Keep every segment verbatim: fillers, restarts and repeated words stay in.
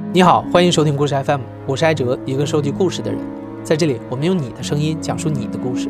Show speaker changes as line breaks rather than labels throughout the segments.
你好，欢迎收听故事 F M， 我是艾哲，一个收集故事的人。在这里，我们用你的声音讲述你的故事。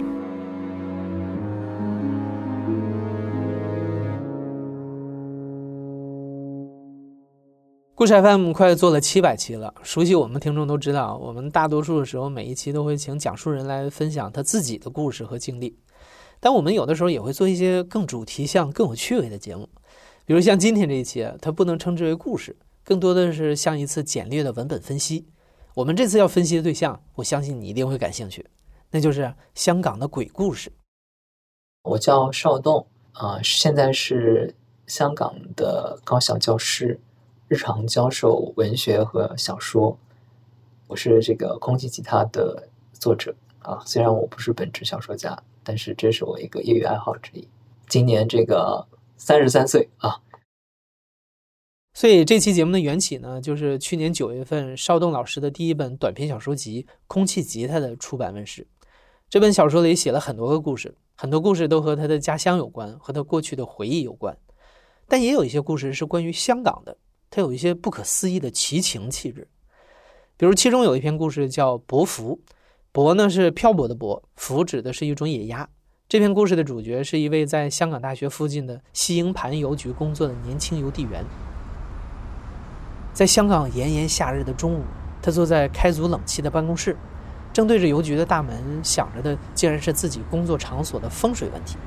故事 F M 快做了七百期了，熟悉我们听众都知道，我们大多数的时候每一期都会请讲述人来分享他自己的故事和经历，但我们有的时候也会做一些更主题向、更有趣味的节目，比如像今天这一期，它不能称之为故事，更多的是像一次简略的文本分析。我们这次要分析的对象，我相信你一定会感兴趣，那就是香港的鬼故事。
我叫邵栋，呃，现在是香港的高校教师，日常教授文学和小说。我是这个空气吉他的作者啊，虽然我不是本职小说家，但是这是我一个业余爱好之一。今年这个三十三岁啊。
所以这期节目的缘起呢，就是去年九月份邵栋老师的第一本短篇小说集《空气吉他》的出版问世。这本小说里写了很多个故事，很多故事都和他的家乡有关，和他过去的回忆有关，但也有一些故事是关于香港的，它有一些不可思议的奇情气质。比如其中有一篇故事叫泊福，泊呢是漂泊的泊，福指的是一种野鸭。这篇故事的主角是一位在香港大学附近的西营盘邮局工作的年轻邮递员。在香港炎炎夏日的中午，他坐在开足冷气的办公室，正对着邮局的大门，想着的竟然是自己工作场所的风水问题。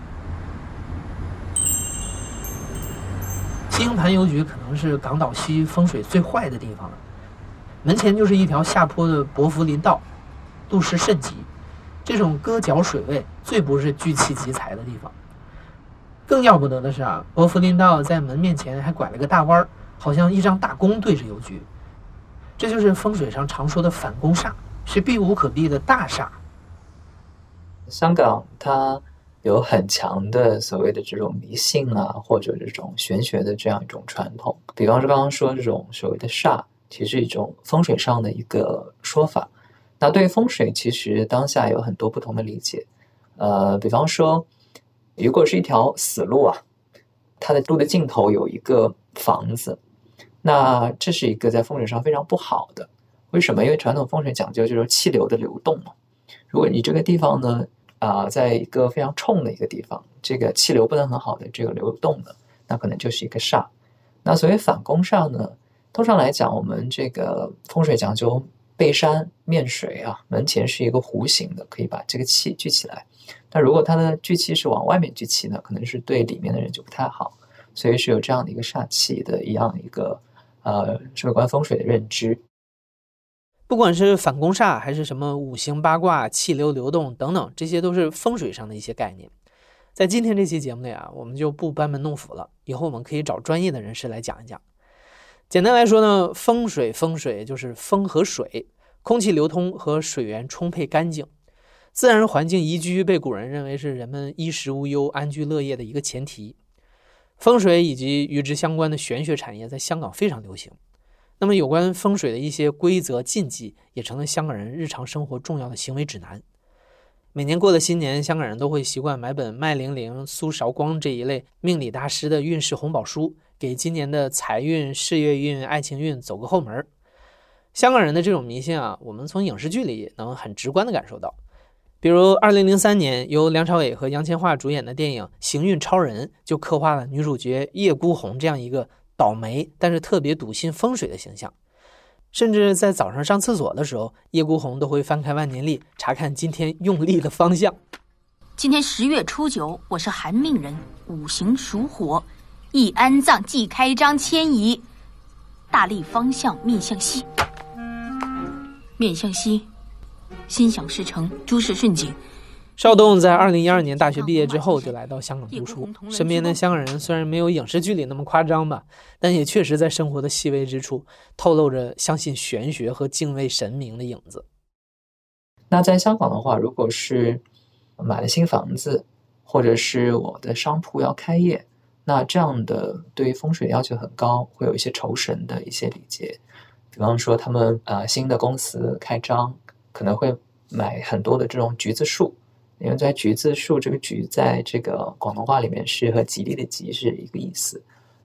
西营盘邮局可能是港岛西风水最坏的地方了，门前就是一条下坡的薄扶林道，路势甚急，这种割脚水位最不是聚气集财的地方。更要不得的是啊，薄扶林道在门面前还拐了个大弯，好像一张大弓对着邮局，这就是风水上常说的反弓煞，是避无可避的大煞。
香港它有很强的所谓的这种迷信啊，或者这种玄学的这样一种传统。比方说刚刚说这种所谓的煞，其实是一种风水上的一个说法。那对风水其实当下有很多不同的理解。呃，比方说如果是一条死路啊，它的路的尽头有一个房子，那这是一个在风水上非常不好的。为什么？因为传统风水讲究就是气流的流动嘛。如果你这个地方呢，啊、呃，在一个非常冲的一个地方，这个气流不能很好的这个流动的，那可能就是一个煞。那所谓反弓煞呢，通常来讲，我们这个风水讲究背山面水啊，门前是一个弧形的，可以把这个气聚起来。但如果它的聚气是往外面聚气呢，可能是对里面的人就不太好。所以是有这样的一个煞气的一样一个呃社会观风水的认知。
不管是反弓煞还是什么五行八卦、气流流动等等，这些都是风水上的一些概念。在今天这期节目里啊，我们就不班门弄斧了，以后我们可以找专业的人士来讲一讲。简单来说呢，风水风水就是风和水，空气流通和水源充沛干净。自然环境宜居被古人认为是人们衣食无忧、安居乐业的一个前提。风水以及与之相关的玄学产业在香港非常流行。那么有关风水的一些规则禁忌也成了香港人日常生活重要的行为指南。每年过了新年，香港人都会习惯买本麦玲玲、苏韶光这一类命理大师的运势红宝书，给今年的财运、事业运、爱情运走个后门。香港人的这种迷信啊，我们从影视剧里能很直观的感受到。比如二零零三年由梁朝伟和杨千嬅主演的电影《行运超人》就刻画了女主角叶孤红这样一个倒霉但是特别笃信风水的形象。甚至在早上上厕所的时候，叶孤红都会翻开万年历查看今天用力的方向。
今天十月初九，我是寒命人，五行属火，宜安葬，忌开张迁移，大历方向面向西，面向西，心想事成，诸事顺景。
邵栋在二零一二年大学毕业之后就来到香港读书，身边的香港人虽然没有影视剧里那么夸张吧，但也确实在生活的细微之处透露着相信玄学和敬畏神明的影子。
那在香港的话，如果是买了新房子，或者是我的商铺要开业，那这样的对于风水要求很高，会有一些酬神的一些礼节。比方说他们呃新的公司开张，可能会买很多的这种橘子树，因为在橘子树这个橘在这个广东话里面是和吉利的吉是一个意思。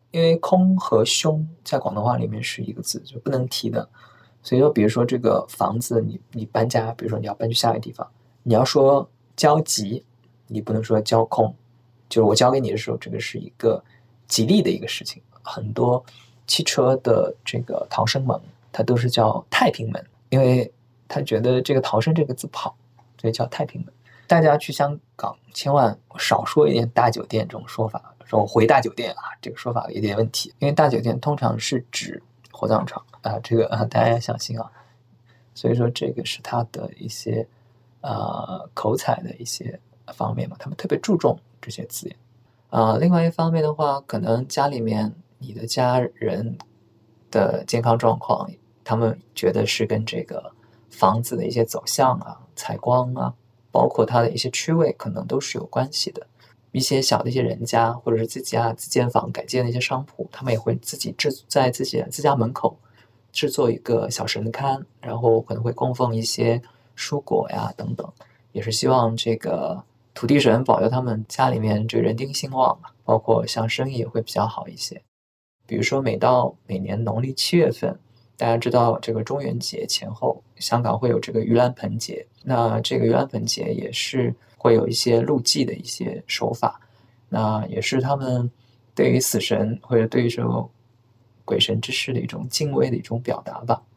因为空和凶在广东话里面是一个字，就不能提的。所以说，比如说这个房子你你搬家，比如说你要搬去下一个地方，你要说交吉，你不能说交空。就是我交给你的时候，这个是一个吉利的一个事情。很多汽车的这个逃生门，它都是叫太平门，因为他觉得这个逃生这个字不好，所以叫太平门。大家去香港千万少说一点大酒店这种说法，说我回大酒店啊，这个说法有点问题，因为大酒店通常是指火葬场啊，这个、啊、大家要小心啊。所以说这个是他的一些呃口采的一些方面嘛，他们特别注重这些字眼啊、呃。另外一方面的话，可能家里面你的家人的健康状况，他们觉得是跟这个房子的一些走向啊、采光啊，包括它的一些区位，可能都是有关系的。一些小的一些人家，或者是自家自建房改建的一些商铺，他们也会自己制在自己自家门口制作一个小神龛，然后可能会供奉一些蔬果呀等等，也是希望这个土地神保佑他们家里面这个人丁兴旺，包括像生意也会比较好一些。比如说每到每年农历七月份，大家知道这个中元节前后，香港会有这个盂兰盆节，那这个盂兰盆节也是会有一些路祭的一些手法，那也是他们对于死神或者对于这种鬼神之事的一种敬畏的一种表达吧。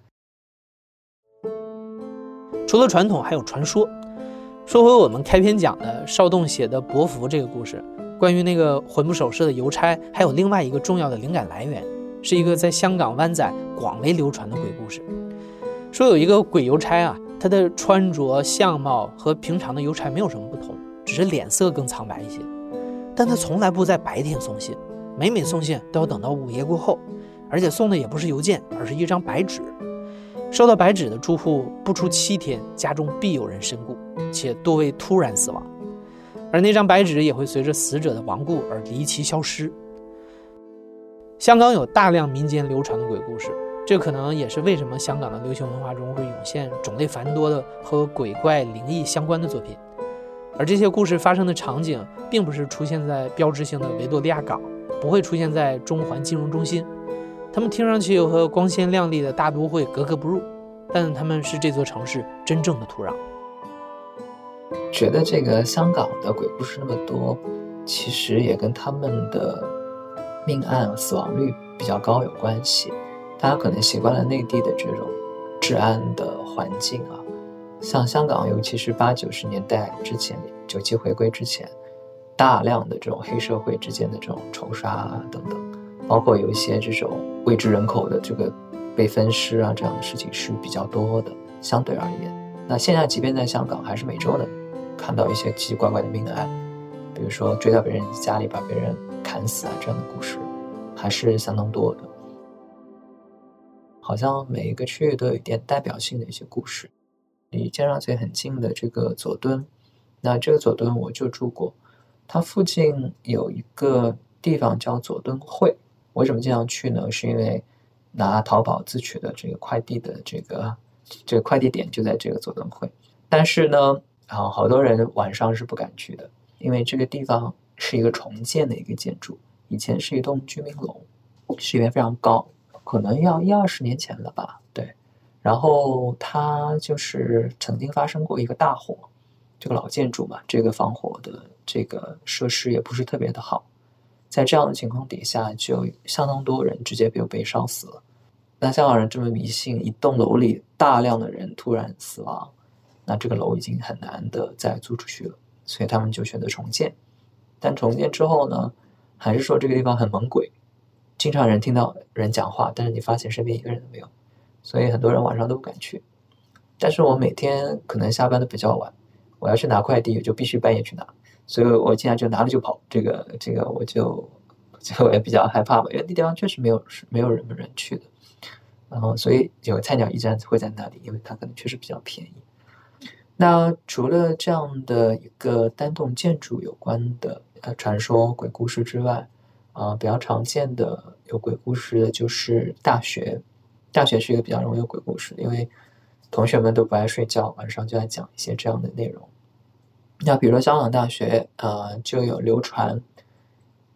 除了传统还有传说。说回我们开篇讲的邵栋写的伯符这个故事，关于那个魂不守舍的邮差，还有另外一个重要的灵感来源，是一个在香港湾仔广为流传的鬼故事。说有一个鬼邮差啊，他的穿着相貌和平常的邮差没有什么不同，只是脸色更苍白一些。但他从来不在白天送信，每每送信都要等到午夜过后，而且送的也不是邮件，而是一张白纸。收到白纸的住户不出七天，家中必有人身故，且多为突然死亡，而那张白纸也会随着死者的亡故而离奇消失。香港有大量民间流传的鬼故事，这可能也是为什么香港的流行文化中会涌现种类繁多的和鬼怪灵异相关的作品。而这些故事发生的场景并不是出现在标志性的维多利亚港，不会出现在中环金融中心，他们听上去又和光鲜亮丽的大都会格格不入，但他们是这座城市真正的土壤。
觉得这个香港的鬼故事那么多，其实也跟他们的命案死亡率比较高有关系。大家可能习惯了内地的这种治安的环境啊，像香港，尤其是八九十年代之前，九七回归之前，大量的这种黑社会之间的这种仇杀啊等等，包括有一些这种未知人口的这个被分尸啊这样的事情是比较多的，相对而言。那现在即便在香港，还是每周能看到一些奇奇怪怪的命案，比如说追到别人家里把别人砍死啊这样的故事，还是相当多的。好像每一个区域都有一点代表性的一些故事。离尖沙咀很近的这个佐敦，那这个佐敦我就住过，它附近有一个地方叫佐敦汇。为什么经常去呢？是因为拿淘宝自取的这个快递的这个这个快递点就在这个佐敦汇。但是呢，啊，好多人晚上是不敢去的，因为这个地方是一个重建的一个建筑，以前是一栋居民楼，是因为非常高，可能要一二十年前了吧，对。然后它就是曾经发生过一个大火，这个老建筑嘛，这个防火的这个设施也不是特别的好，在这样的情况底下，就相当多人直接就被烧死了。那香港人这么迷信，一栋楼里大量的人突然死亡，那这个楼已经很难的再租出去了，所以他们就选择重建。但重建之后呢，还是说这个地方很猛鬼，经常人听到人讲话，但是你发现身边一个人都没有，所以很多人晚上都不敢去。但是我每天可能下班的比较晚，我要去拿快递，我就必须半夜去拿，所以我经常就拿了就跑，这个这个我就就也比较害怕吧，因为那地方确实没有没有人人去的。然后所以有菜鸟驿站会在那里，因为它可能确实比较便宜。那除了这样的一个单栋建筑有关的呃传说鬼故事之外，啊、呃，比较常见的有鬼故事的就是大学。大学是一个比较容易有鬼故事的，因为同学们都不爱睡觉，晚上就在讲一些这样的内容。那比如说香港大学，呃，就有流传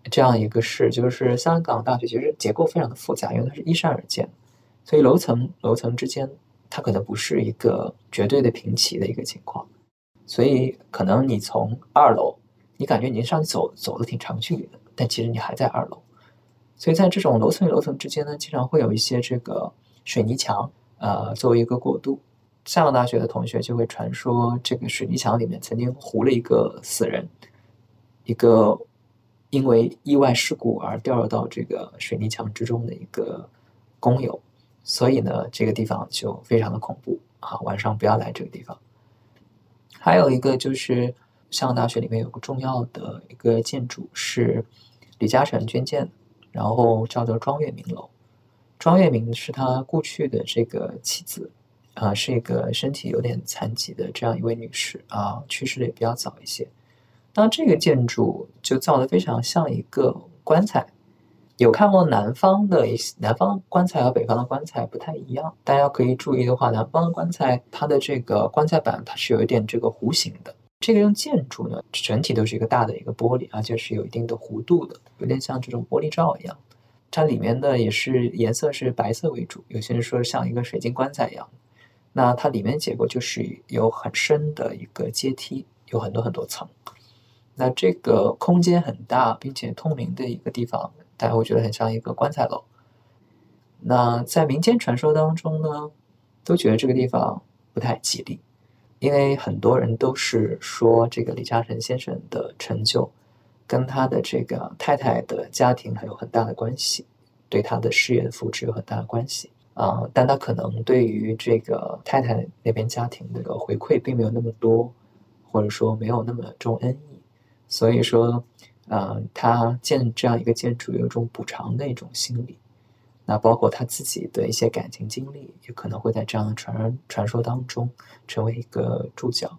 这样一个市，就是香港大学其实结构非常的复杂，因为它是依山而建，所以楼层楼层之间它可能不是一个绝对的平齐的一个情况，所以可能你从二楼，你感觉你上去走走了挺长距离的，但其实你还在二楼。所以在这种楼层与楼层之间呢，经常会有一些这个水泥墙，呃，作为一个过渡。香港大学的同学就会传说，这个水泥墙里面曾经糊了一个死人，一个因为意外事故而掉入到这个水泥墙之中的一个工友，所以呢，这个地方就非常的恐怖啊，晚上不要来这个地方。还有一个就是香港大学里面有个重要的一个建筑是李嘉诚捐建的，然后叫做庄月明楼。庄月明是他故去的这个妻子，啊、呃，是一个身体有点残疾的这样一位女士啊、呃，去世的也比较早一些。那这个建筑就造得非常像一个棺材。有看过南方的一些，南方棺材和北方的棺材不太一样，大家可以注意的话，南方的棺材它的这个棺材板它是有一点这个弧形的，这个用建筑呢整体都是一个大的一个玻璃，而且是有一定的弧度的，有点像这种玻璃罩一样。它里面的也是颜色是白色为主，有些人说像一个水晶棺材一样。那它里面结构就是有很深的一个阶梯，有很多很多层。那这个空间很大并且透明的一个地方，大家会觉得很像一个棺材楼。那在民间传说当中呢，都觉得这个地方不太吉利，因为很多人都是说这个李嘉诚先生的成就跟他的这个太太的家庭还有很大的关系，对他的事业的扶持有很大的关系啊、呃，但他可能对于这个太太那边家庭的回馈并没有那么多，或者说没有那么重恩义，所以说呃，他建这样一个建筑有一种补偿的一种心理，那包括他自己的一些感情经历也可能会在这样的传传说当中成为一个注脚。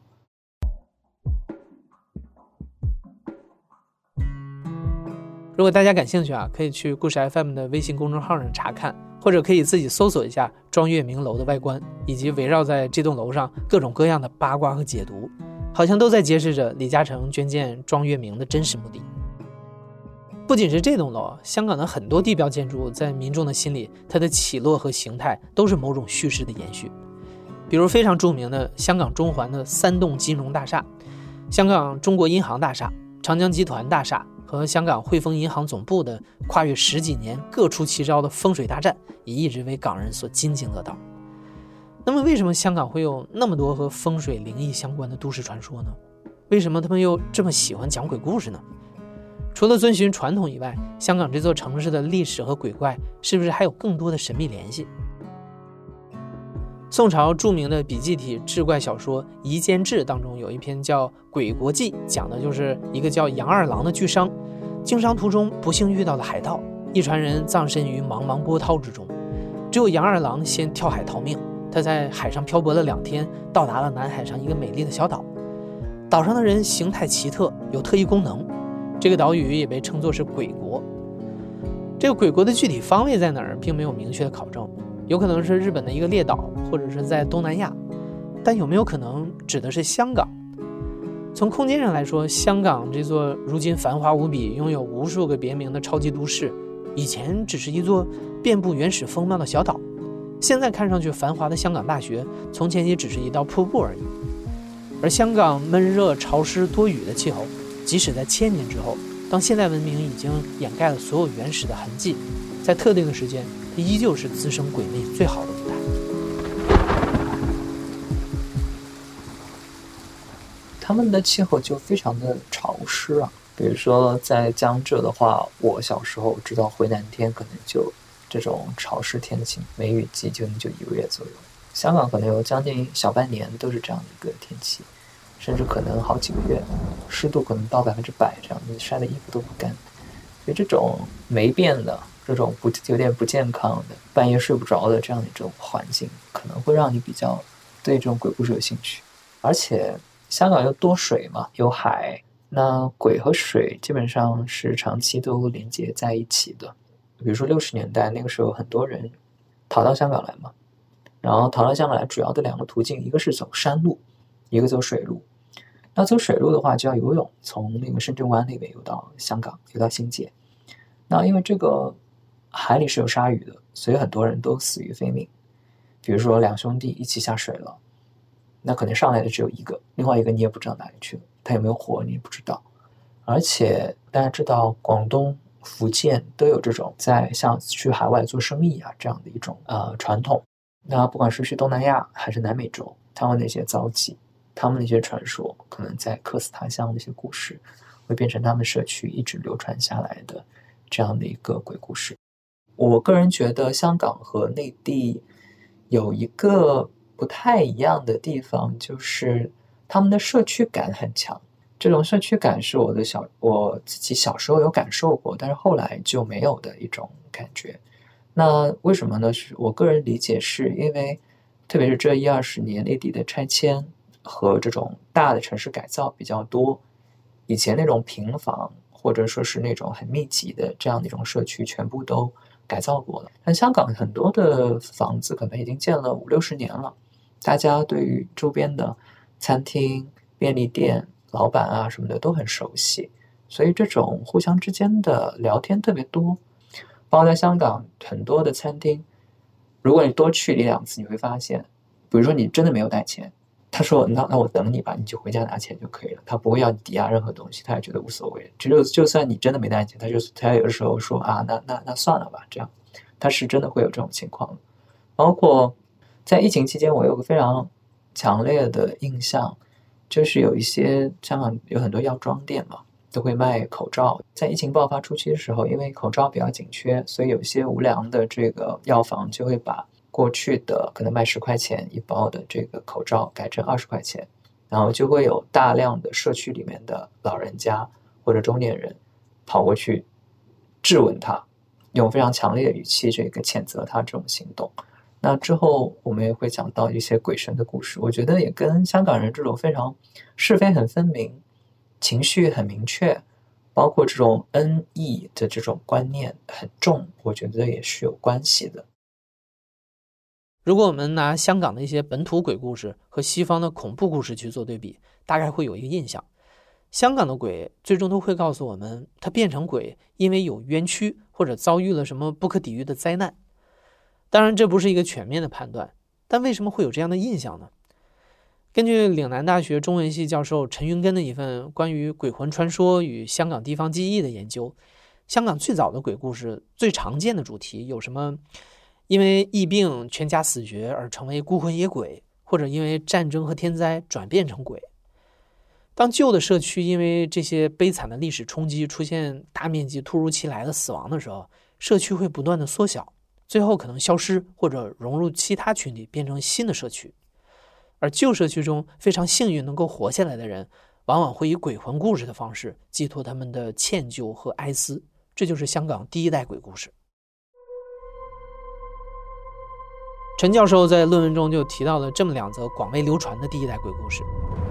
如果大家感兴趣啊，可以去故事 F M 的微信公众号上查看，或者可以自己搜索一下庄月明楼的外观，以及围绕在这栋楼上各种各样的八卦和解读，好像都在揭示着李嘉诚捐建庄月明的真实目的。不仅是这栋楼，香港的很多地标建筑在民众的心里，它的起落和形态都是某种叙事的延续。比如非常著名的香港中环的三栋金融大厦，香港中国银行大厦、长江集团大厦和香港汇丰银行总部的跨越十几年各出奇招的风水大战，也一直为港人所津津乐道。那么为什么香港会有那么多和风水灵异相关的都市传说呢？为什么他们又这么喜欢讲鬼故事呢？除了遵循传统以外，香港这座城市的历史和鬼怪是不是还有更多的神秘联系？宋朝著名的笔记体志怪小说《夷坚志》当中有一篇叫《鬼国记》，讲的就是一个叫杨二郎的巨商，经商途中不幸遇到了海盗，一船人葬身于茫茫波涛之中，只有杨二郎先跳海逃命。他在海上漂泊了两天，到达了南海上一个美丽的小岛。岛上的人形态奇特，有特异功能，这个岛屿也被称作是鬼国。这个鬼国的具体方位在哪儿，并没有明确的考证，有可能是日本的一个列岛，或者是在东南亚，但有没有可能指的是香港？从空间上来说，香港这座如今繁华无比、拥有无数个别名的超级都市，以前只是一座遍布原始风貌的小岛，现在看上去繁华的香港大学，从前也只是一道瀑布而已。而香港闷热、潮湿、多雨的气候，即使在千年之后，当现代文明已经掩盖了所有原始的痕迹，在特定的时间，它依旧是滋生鬼魅最好的舞台。
他们的气候就非常的潮湿啊，比如说在江浙的话，我小时候知道回南天可能就这种潮湿天气，梅雨季就就一个月左右。香港可能有将近小半年都是这样的一个天气，甚至可能好几个月，湿度可能到百分之百这样，你晒的衣服都不干。所以这种没变的、这种不有点不健康的、半夜睡不着的这样的一种环境，可能会让你比较对这种鬼故事有兴趣。而且香港又多水嘛，有海，那鬼和水基本上是长期都连接在一起的。比如说六十年代那个时候，很多人逃到香港来嘛，然后逃到香港来主要的两个途径，一个是走山路，一个走水路。 那走水路的话就要游泳，从那个深圳湾那边游到香港，游到新界。那因为这个海里是有鲨鱼的，所以很多人都死于非命。比如说两兄弟一起下水了，那可能上来的只有一个，另外一个你也不知道哪里去了，他有没有活你也不知道。而且大家知道广东、福建都有这种在像去海外做生意啊这样的一种呃传统。那不管是去东南亚还是南美洲，他们那些遭际，他们那些传说，可能在客死他乡的一些故事，会变成他们社区一直流传下来的这样的一个鬼故事。我个人觉得香港和内地有一个不太一样的地方，就是他们的社区感很强。这种社区感是我的小我自己小时候有感受过，但是后来就没有的一种感觉。那为什么呢？是我个人理解是因为特别是这一二十年内地的拆迁和这种大的城市改造比较多，以前那种平房或者说是那种很密集的这样的一种社区全部都改造过了。但香港很多的房子可能已经建了五六十年了，大家对于周边的餐厅、便利店、老板啊什么的都很熟悉，所以这种互相之间的聊天特别多。包括在香港很多的餐厅，如果你多去一两次，你会发现，比如说你真的没有带钱，他说那那我等你吧，你就回家拿钱就可以了，他不会要你抵押任何东西，他也觉得无所谓。只有就算你真的没带钱，他就他有的时候说啊，那那那算了吧，这样他是真的会有这种情况。包括在疫情期间，我有个非常强烈的印象，就是有一些香港有很多药妆店嘛，都会卖口罩。在疫情爆发初期的时候，因为口罩比较紧缺，所以有一些无良的这个药房就会把过去的可能卖十块钱一包的这个口罩改成二十块钱，然后就会有大量的社区里面的老人家或者中年人跑过去质问他，用非常强烈的语气这个谴责他这种行动。那之后我们也会讲到一些鬼神的故事，我觉得也跟香港人这种非常是非很分明、情绪很明确，包括这种恩义的这种观念很重，我觉得也是有关系的。
如果我们拿香港的一些本土鬼故事和西方的恐怖故事去做对比，大概会有一个印象，香港的鬼最终都会告诉我们，他变成鬼因为有冤屈或者遭遇了什么不可抵御的灾难。当然这不是一个全面的判断，但为什么会有这样的印象呢？根据岭南大学中文系教授陈云根的一份关于鬼魂传说与香港地方记忆的研究，香港最早的鬼故事最常见的主题有什么因为疫病全家死绝而成为孤魂野鬼，或者因为战争和天灾转变成鬼。当旧的社区因为这些悲惨的历史冲击出现大面积突如其来的死亡的时候，社区会不断的缩小，最后可能消失或者融入其他群体变成新的社区。而旧社区中非常幸运能够活下来的人，往往会以鬼魂故事的方式寄托他们的歉疚和哀思，这就是香港第一代鬼故事。陈教授在论文中就提到了这么两则广为流传的第一代鬼故事。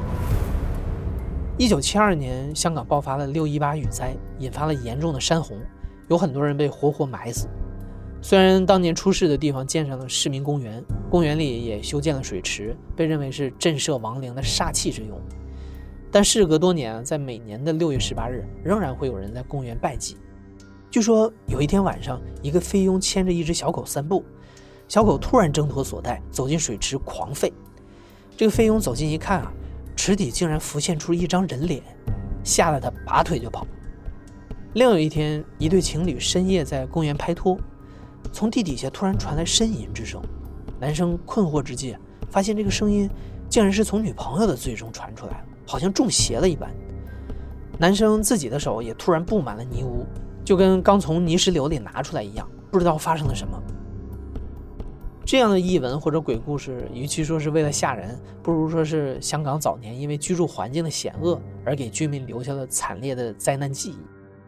一九七二年，香港爆发了六一八雨灾，引发了严重的山洪，有很多人被活活埋死。虽然当年出事的地方建上了市民公园，公园里也修建了水池，被认为是震慑亡灵的煞气之用，但事隔多年，在每年的六月十八日，仍然会有人在公园拜祭。据说有一天晚上，一个菲佣牵着一只小狗散步，小狗突然挣脱锁带，走进水池狂吠。这个菲佣走近一看啊，池底竟然浮现出一张人脸，吓得他拔腿就跑。另有一天，一对情侣深夜在公园拍拖，从地底下突然传来呻吟之声，男生困惑之际，发现这个声音竟然是从女朋友的嘴中传出来了，好像中邪了一般。男生自己的手也突然布满了泥污，就跟刚从泥石流里拿出来一样，不知道发生了什么。这样的异闻或者鬼故事，与其说是为了吓人，不如说是香港早年因为居住环境的险恶而给居民留下了惨烈的灾难记忆。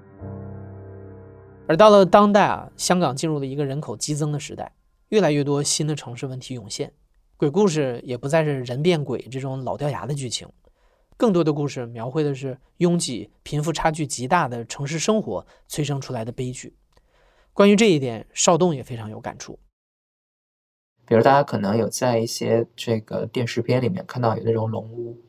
而到了当代啊，香港进入了一个人口激增的时代，越来越多新的城市问题涌现，鬼故事也不再是人变鬼这种老掉牙的剧情，更多的故事描绘的是拥挤、贫富差距极大的城市生活催生出来的悲剧。关于这一点，邵栋也非常有感触。
比如大家可能有在一些这个电视片里面看到有那种龙屋，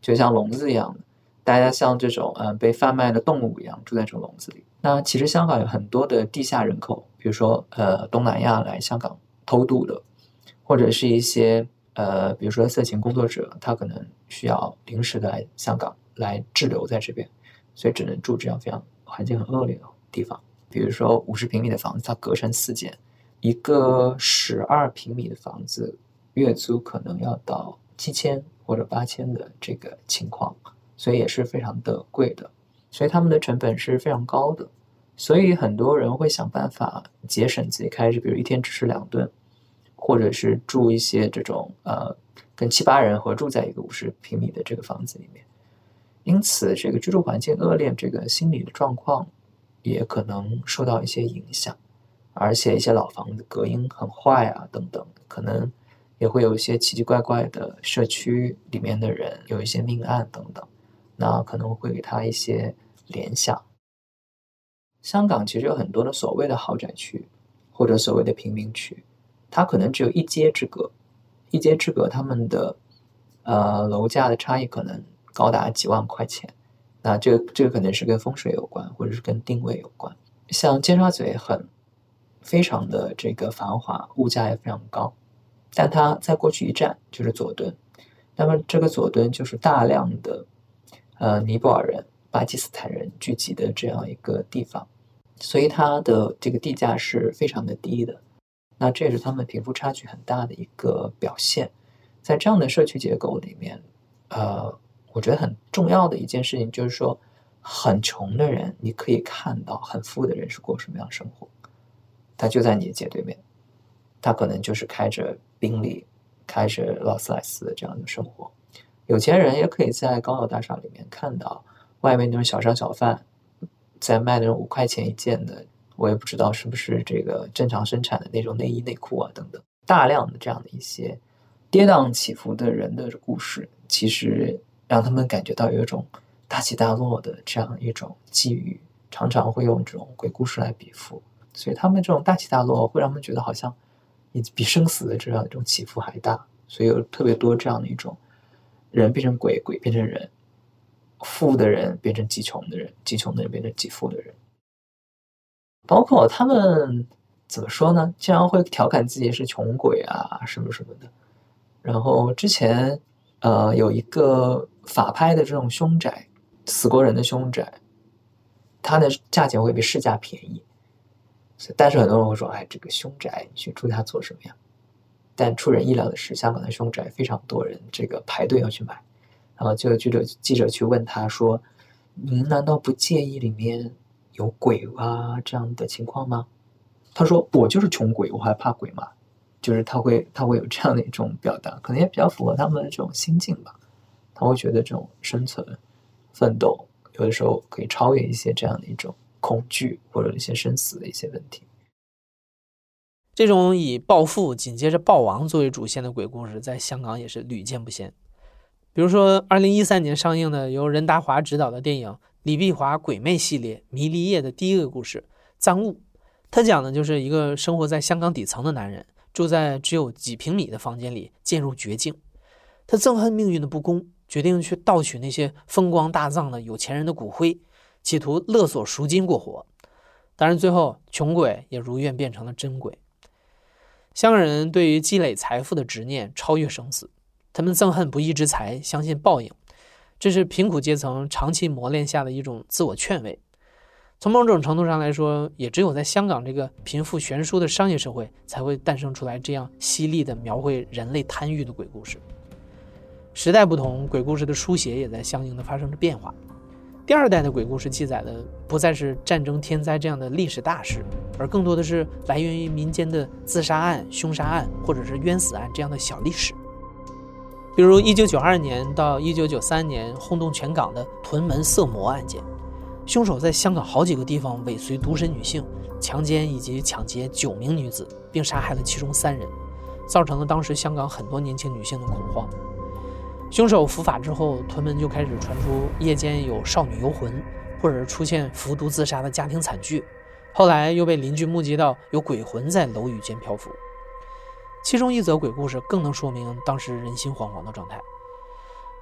就像笼子一样的，大家像这种嗯被贩卖的动物一样住在这种笼子里。那其实香港有很多的地下人口，比如说呃东南亚来香港偷渡的，或者是一些呃比如说色情工作者，他可能需要临时的来香港来滞留在这边，所以只能住这样非常环境很恶劣的地方。比如说五十平米的房子，它隔成四间，一个十二平米的房子月租可能要到七千或者八千的这个情况，所以也是非常的贵的，所以他们的成本是非常高的。所以很多人会想办法节省自己开支，比如一天只吃两顿，或者是住一些这种呃跟七八人合住在一个五十平米的这个房子里面。因此这个居住环境恶劣，这个心理的状况也可能受到一些影响，而且一些老房子隔音很坏啊等等，可能也会有一些奇奇怪怪的社区里面的人有一些命案等等，那可能会给他一些联想。香港其实有很多的所谓的豪宅区或者所谓的贫民区，它可能只有一街之隔，一街之隔他们的呃楼价的差异可能高达几万块钱，那这个这个可能是跟风水有关，或者是跟定位有关。像尖沙咀很非常的这个繁华，物价也非常高，但它在过去一站就是佐敦，那么这个佐敦就是大量的呃尼泊尔人、巴基斯坦人聚集的这样一个地方，所以它的这个地价是非常的低的。那这也是他们贫富差距很大的一个表现。在这样的社区结构里面，呃，我觉得很重要的一件事情就是说，很穷的人你可以看到很富的人是过什么样的生活，他就在你的街对面，他可能就是开着宾利、开着劳斯莱斯的这样的生活。有钱人也可以在高楼大厦里面看到外面那种小商小贩在卖那种五块钱一件的，我也不知道是不是这个正常生产的那种内衣内裤啊等等，大量的这样的一些跌宕起伏的人的故事，其实让他们感觉到有一种大起大落的这样一种际遇，常常会用这种鬼故事来比附，所以他们这种大起大落会让他们觉得好像比生死的这样一种起伏还大，所以有特别多这样的一种人变成鬼，鬼变成人，富的人变成极穷的人，极穷的人变成极富的人。包括他们怎么说呢，经常会调侃自己是穷鬼啊什么什么的。然后之前呃有一个法拍的这种凶宅，死过人的凶宅，它的价钱会比市价便宜，但是很多人会说，哎，这个凶宅你去住它做什么呀？但出人意料的是，香港的凶宅非常多人这个排队要去买，然后就有记者记者去问他说，您难道不介意里面有鬼啊这样的情况吗？他说我就是穷鬼，我还怕鬼吗？就是他会他会有这样的一种表达，可能也比较符合他们的这种心境吧。他会觉得这种生存奋斗有的时候可以超越一些这样的一种恐惧或者一些生死的一些问题。
这种以暴富紧接着暴亡作为主线的鬼故事在香港也是屡见不鲜。比如说二零一三年上映的由任达华执导的电影李碧华鬼魅系列迷离夜的第一个故事赃物，他讲的就是一个生活在香港底层的男人，住在只有几平米的房间里，渐入绝境。他憎恨命运的不公，决定去盗取那些风光大葬的有钱人的骨灰，企图勒索赎金过活。当然最后穷鬼也如愿变成了真鬼。香港人对于积累财富的执念超越生死，他们憎恨不义之财，相信报应，这是贫苦阶层长期磨练下的一种自我劝慰。从某种程度上来说，也只有在香港这个贫富悬殊的商业社会，才会诞生出来这样犀利的描绘人类贪欲的鬼故事。时代不同，鬼故事的书写也在相应的发生着变化。第二代的鬼故事记载的不再是战争天灾这样的历史大事，而更多的是来源于民间的自杀案、凶杀案或者是冤死案这样的小历史。比如一九九二年到一九九三年轰动全港的屯门色魔案件，凶手在香港好几个地方尾随独身女性，强奸以及抢劫九名女子，并杀害了其中三人，造成了当时香港很多年轻女性的恐慌。凶手伏法之后，屯门就开始传出夜间有少女游魂，或者出现服毒自杀的家庭惨剧，后来又被邻居目击到有鬼魂在楼宇间漂浮。其中一则鬼故事更能说明当时人心惶惶的状态。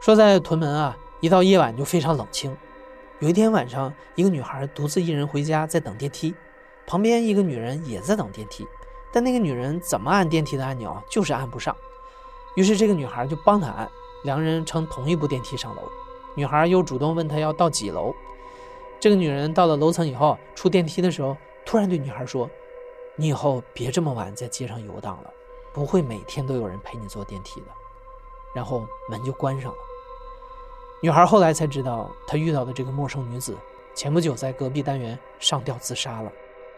说在屯门啊，一到夜晚就非常冷清。有一天晚上，一个女孩独自一人回家，在等电梯，旁边一个女人也在等电梯，但那个女人怎么按电梯的按钮就是按不上。于是这个女孩就帮她按，两人乘同一部电梯上楼。女孩又主动问她要到几楼。这个女人到了楼层以后，出电梯的时候突然对女孩说，你以后别这么晚在街上游荡了，不会每天都有人陪你坐电梯的。然后门就关上了。女孩后来才知道，她遇到的这个陌生女子前不久在隔壁单元上吊自杀了。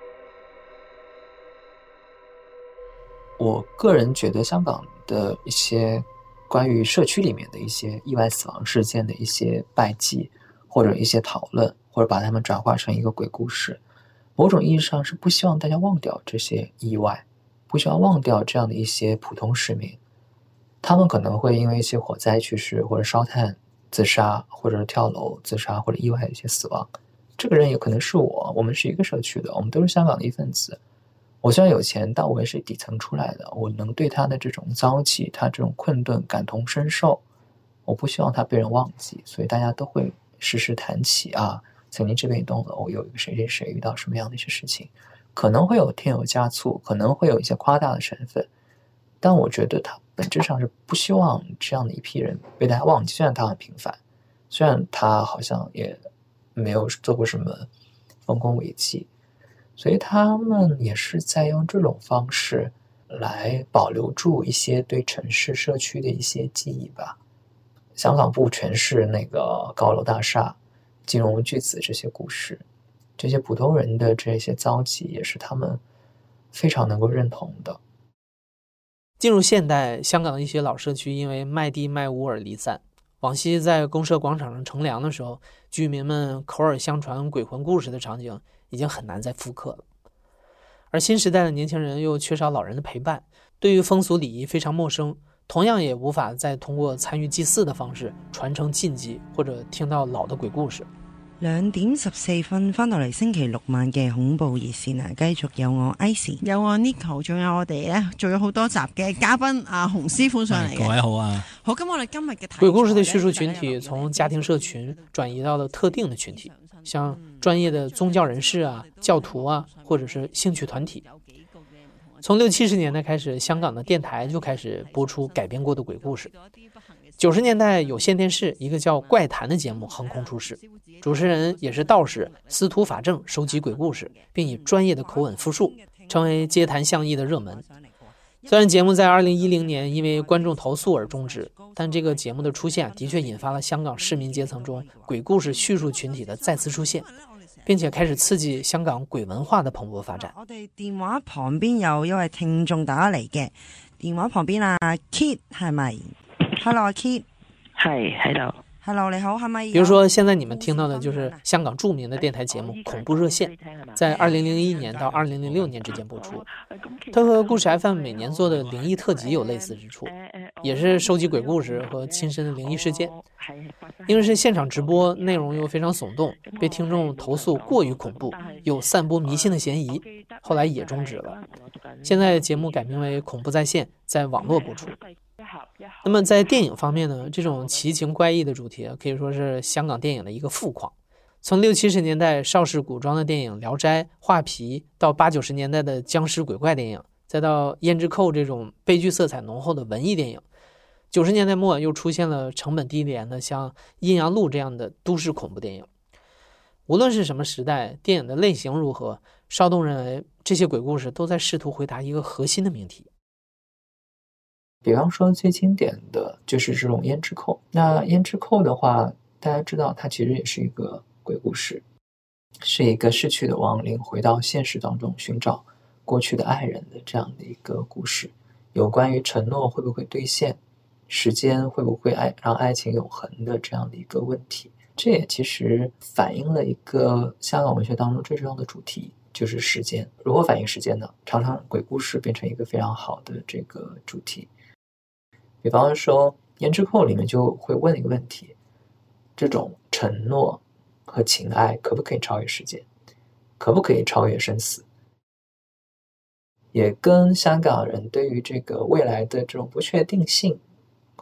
我个人觉得香港的一些关于社区里面的一些意外死亡事件的一些拜祭，或者一些讨论，或者把它们转化成一个鬼故事，某种意义上是不希望大家忘掉这些意外，不希望忘掉这样的一些普通市民，他们可能会因为一些火灾去世，或者烧炭自杀，或者是跳楼自杀，或者意外的一些死亡。这个人也可能是我，我们是一个社区的，我们都是香港的一份子。我虽然有钱，但我也是底层出来的，我能对他的这种遭际，他这种困顿感同身受，我不希望他被人忘记，所以大家都会时时谈起啊，曾经这边一栋楼有一个谁谁谁遇到什么样的一些事情，可能会有添油加醋，可能会有一些夸大的成分，但我觉得他本质上是不希望这样的一批人被大家忘记。虽然他很平凡，虽然他好像也没有做过什么丰功伟绩，所以他们也是在用这种方式来保留住一些对城市社区的一些记忆吧。香港不全是那个高楼大厦、金融巨子这些故事，这些普通人的这些遭际也是他们非常能够认同的。
进入现代，香港的一些老社区因为卖地卖屋而离散。往昔在公社广场上乘凉的时候，居民们口耳相传鬼魂故事的场景已经很难再复刻了。而新时代的年轻人又缺少老人的陪伴，对于风俗礼仪非常陌生，同样也无法再通过参與祭祀的方式傳承禁忌，或者聽到老的鬼故事。
兩點十四分翻到嚟星期六晚嘅恐怖熱線啊，繼續有我 Icy，
有我 Nico， 仲有我哋咧做咗好多集嘅嘉賓阿洪師傅上嚟嘅。
各位好啊！
好，咁我哋今日嘅
鬼故事的敘述群體從家庭社群轉移到了特定的群體，像專業的宗教人士啊、教徒啊，或者是興趣團體。從六七十年代開始，香港的電台就開始播出改編過的鬼故事。九十年代有線電視一個叫《怪談》的節目橫空出世，主持人也是道士司徒法正收集鬼故事，並以專業的口吻複述，成為街談巷議的熱門。雖然節目在二零一零年因為觀眾投訴而終止，但這個節目的出現的確引發了香港市民階層中鬼故事敘述群體的再次出現，並且開始刺激香港鬼文化的蓬勃發展。
我哋電話旁邊有一位聽眾打嚟嘅，電話旁邊啊 Kit 係咪 ？Hello Kit，
係喺度。
Hello， 你好，係咪？
比如說，現在你們聽到的就是香港著名的電台節目《恐怖熱線》，在二零零一年到二零零六年之間播出。它和故事 F M 每年做的靈異特輯有類似之處，也是收集鬼故事和親身的靈異事件。因為是現場直播，內容又非常聳動，被聽眾投訴過於恐怖，有散播迷信的嫌疑，後來也終止了。現在節目改名為《恐怖在線》，在網絡播出。那麼在電影方面呢，這種奇情怪異的主題可以說是香港電影的一個富礦。從六七十年代邵氏古裝的電影《聊齋》、畫皮，到八九十年代的僵屍鬼怪電影，再到胭脂扣這種悲劇色彩濃厚的文藝電影。九十年代末又出現了成本低廉的像《陰陽路》這樣的都市恐怖電影。無論是什麼時代，電影的類型如何，邵東認為這些鬼故事都在試圖回答一個核心的命題。
比方說最經典的就是這種胭脂扣。那胭脂扣的話，大家知道它其實也是一個鬼故事，是一個逝去的亡靈回到現實當中尋找過去的愛人的這樣的一個故事，有關於承諾會不會兌現，時間會不會愛讓愛情永恆的這樣的一個問題。這也其實反映了一個香港文學當中最重要的主題，就是時間。如何反映時間呢？常常鬼故事變成一個非常好的這個主題。比方說胭脂扣裡面就會問一個問題，這種承諾和情愛可不可以超越時間，可不可以超越生死，也跟香港人對於這個未來的這種不確定性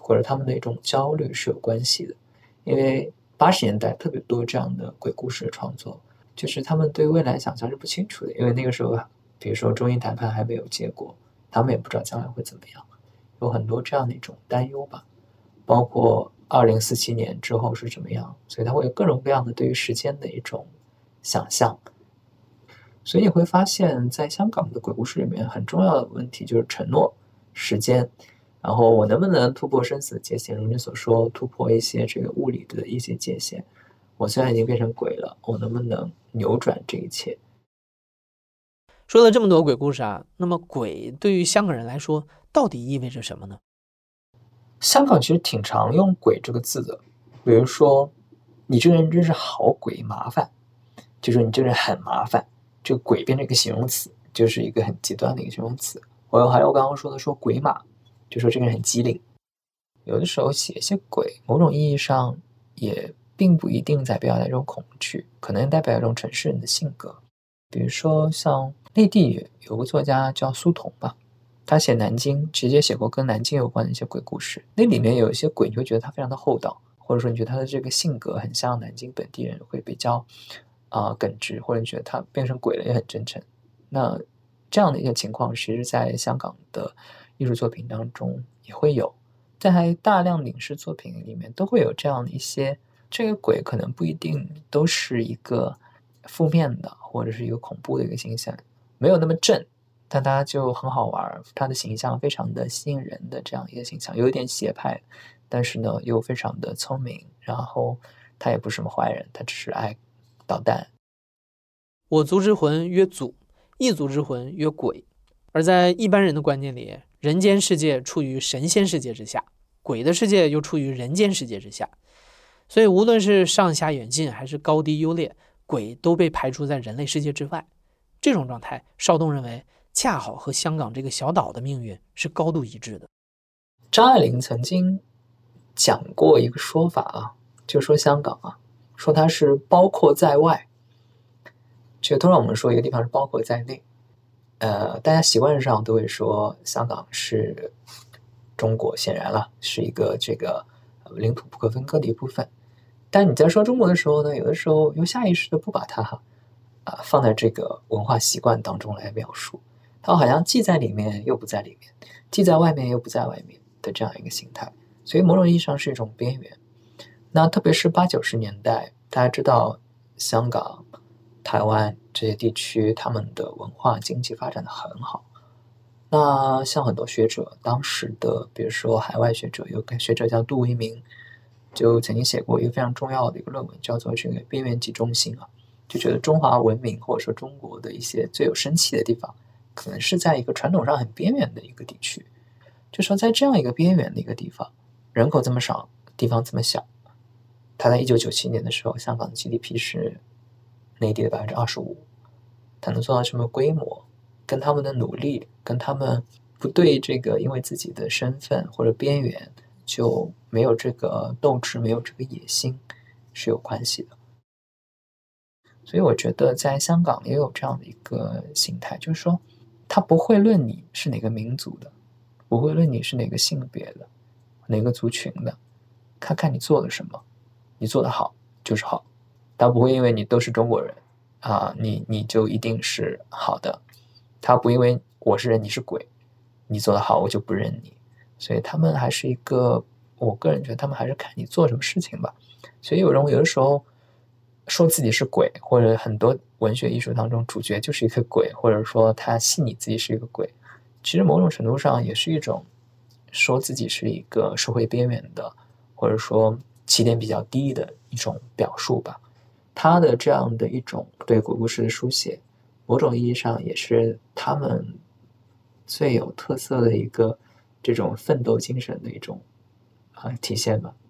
或者他们的一种焦虑是有关系的。因为八十年代特别多这样的鬼故事的创作，就是他们对未来想象是不清楚的，因为那个时候比如说中英谈判还没有结果，他们也不知道将来会怎么样，有很多这样的一种担忧吧。包括二零四七年之后是怎么样，所以它会有各种各样的对于时间的一种想象。所以你会发现在香港的鬼故事里面很重要的问题就是承诺、时间，然后我能不能突破生死的界限，如你所说，突破一些这个物理的一些界限，我虽然已经变成鬼了，我能不能扭转这一切。
说了这么多鬼故事啊，那么鬼对于香港人来说到底意味着什么呢？
香港其实挺常用鬼这个字的，比如说你这个人真是好鬼麻烦，就是你这个人很麻烦，这个鬼变成一个形容词，就是一个很极端的一个形容词。我还有刚刚说的说鬼马，就说这个人很机灵。有的时候写一些鬼，某种意义上也并不一定在表达一种恐惧，可能代表一种城市人的性格。比如说像内地有个作家叫苏童吧，他写南京，直接写过跟南京有关的一些鬼故事，那里面有一些鬼你会觉得他非常的厚道，或者说你觉得他的这个性格很像南京本地人，会比较啊、呃、耿直，或者你觉得他变成鬼了也很真诚。那这样的一个情况其实在香港的艺术作品当中也会有，在大量影视作品里面都会有这样的一些，这个鬼可能不一定都是一个负面的或者是一个恐怖的一个形象，没有那么正，但他就很好玩，他的形象非常的吸引人的这样一个形象，有一点邪派，但是呢又非常的聪明，然后他也不是什么坏人，他只是爱捣蛋。
我族之魂曰祖，异族之魂曰鬼。而在一般人的观念里，人间世界处于神仙世界之下，鬼的世界又处于人间世界之下，所以无论是上下远近还是高低优劣，鬼都被排除在人类世界之外。这种状态，邵东认为恰好和香港这个小岛的命运是高度一致的。
张爱玲曾经讲过一个说法啊，就说香港啊，说它是包括在外，这个通常我们说一个地方是包括在内，呃，大家习惯上都会说香港是中国，显然了是一个这个领土不可分割的一部分。但你在说中国的时候呢，有的时候又下意识的不把它啊、呃、放在这个文化习惯当中来描述，它好像既在里面又不在里面，既在外面又不在外面的这样一个形态，所以某种意义上是一种边缘。那特别是八九十年代，大家知道香港、台湾这些地区，他们的文化经济发展的很好。那像很多学者，当时的比如说海外学者，有个学者叫杜维明，就曾经写过一个非常重要的一个论文，叫做这个边缘即中心啊，就觉得中华文明或者说中国的一些最有生气的地方，可能是在一个传统上很边缘的一个地区。就说在这样一个边缘的一个地方，人口这么少，地方这么小，它在一九九七年的时候，香港的 G D P 是内地的百分之二十五，它能做到什么规模，跟他们的努力，跟他们不对这个因为自己的身份或者边缘就没有这个斗志，没有这个野心是有关系的。所以我觉得在香港也有这样的一个心态，就是说他不会论你是哪个民族的，不会论你是哪个性别的，哪个族群的，看看你做了什么，你做得好就是好，他不会因为你都是中国人啊，你你就一定是好的，他不因为我是人你是鬼，你做得好我就不认你。所以他们还是一个，我个人觉得他们还是看你做什么事情吧。所以有人有的时候说自己是鬼，或者很多文学艺术当中主角就是一个鬼，或者说他戏你自己是一个鬼，其实某种程度上也是一种说自己是一个社会边缘的，或者说起点比较低的一种表述吧。他的这样的一种对鬼故事的书写，某种意义上也是他们最有特色的一个这种奋斗精神的一种啊、呃、体现吧。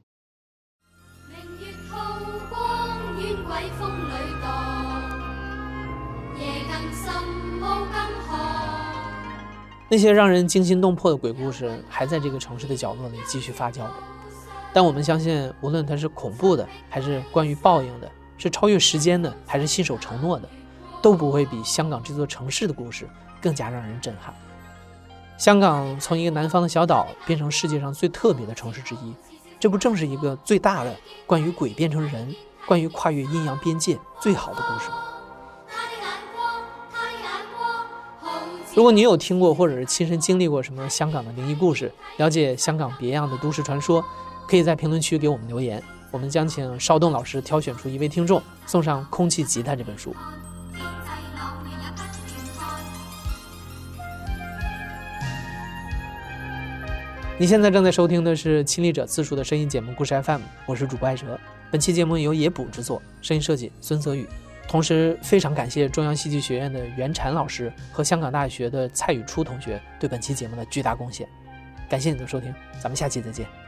那些让人惊心动魄的鬼故事还在这个城市的角落里继续发酵着，但我们相信，无论它是恐怖的，还是关于报应的，是超越时间的，还是信守承诺的，都不会比香港这座城市的故事更加让人震撼。 香港从一个南方的小岛变成世界上最特别的城市之一，这不正是一个最大的关于鬼变成人，关于跨越阴阳边界最好的故事吗？如果你有听过或者是亲身经历过什么香港的灵异故事，了解香港别样的都市传说，可以在评论区给我们留言，我们将请邵栋老师挑选出一位听众，送上《空气吉他》这本书。你现在正在收听的是亲历者自述的声音节目故事 F M， 我是主播艾哲。本期节目由野捕制作，声音设计孙泽宇。同时非常感谢中央戏剧学院的袁禅老师和香港大学的蔡宇初同学对本期节目的巨大贡献。感谢你的收听，咱们下期再见。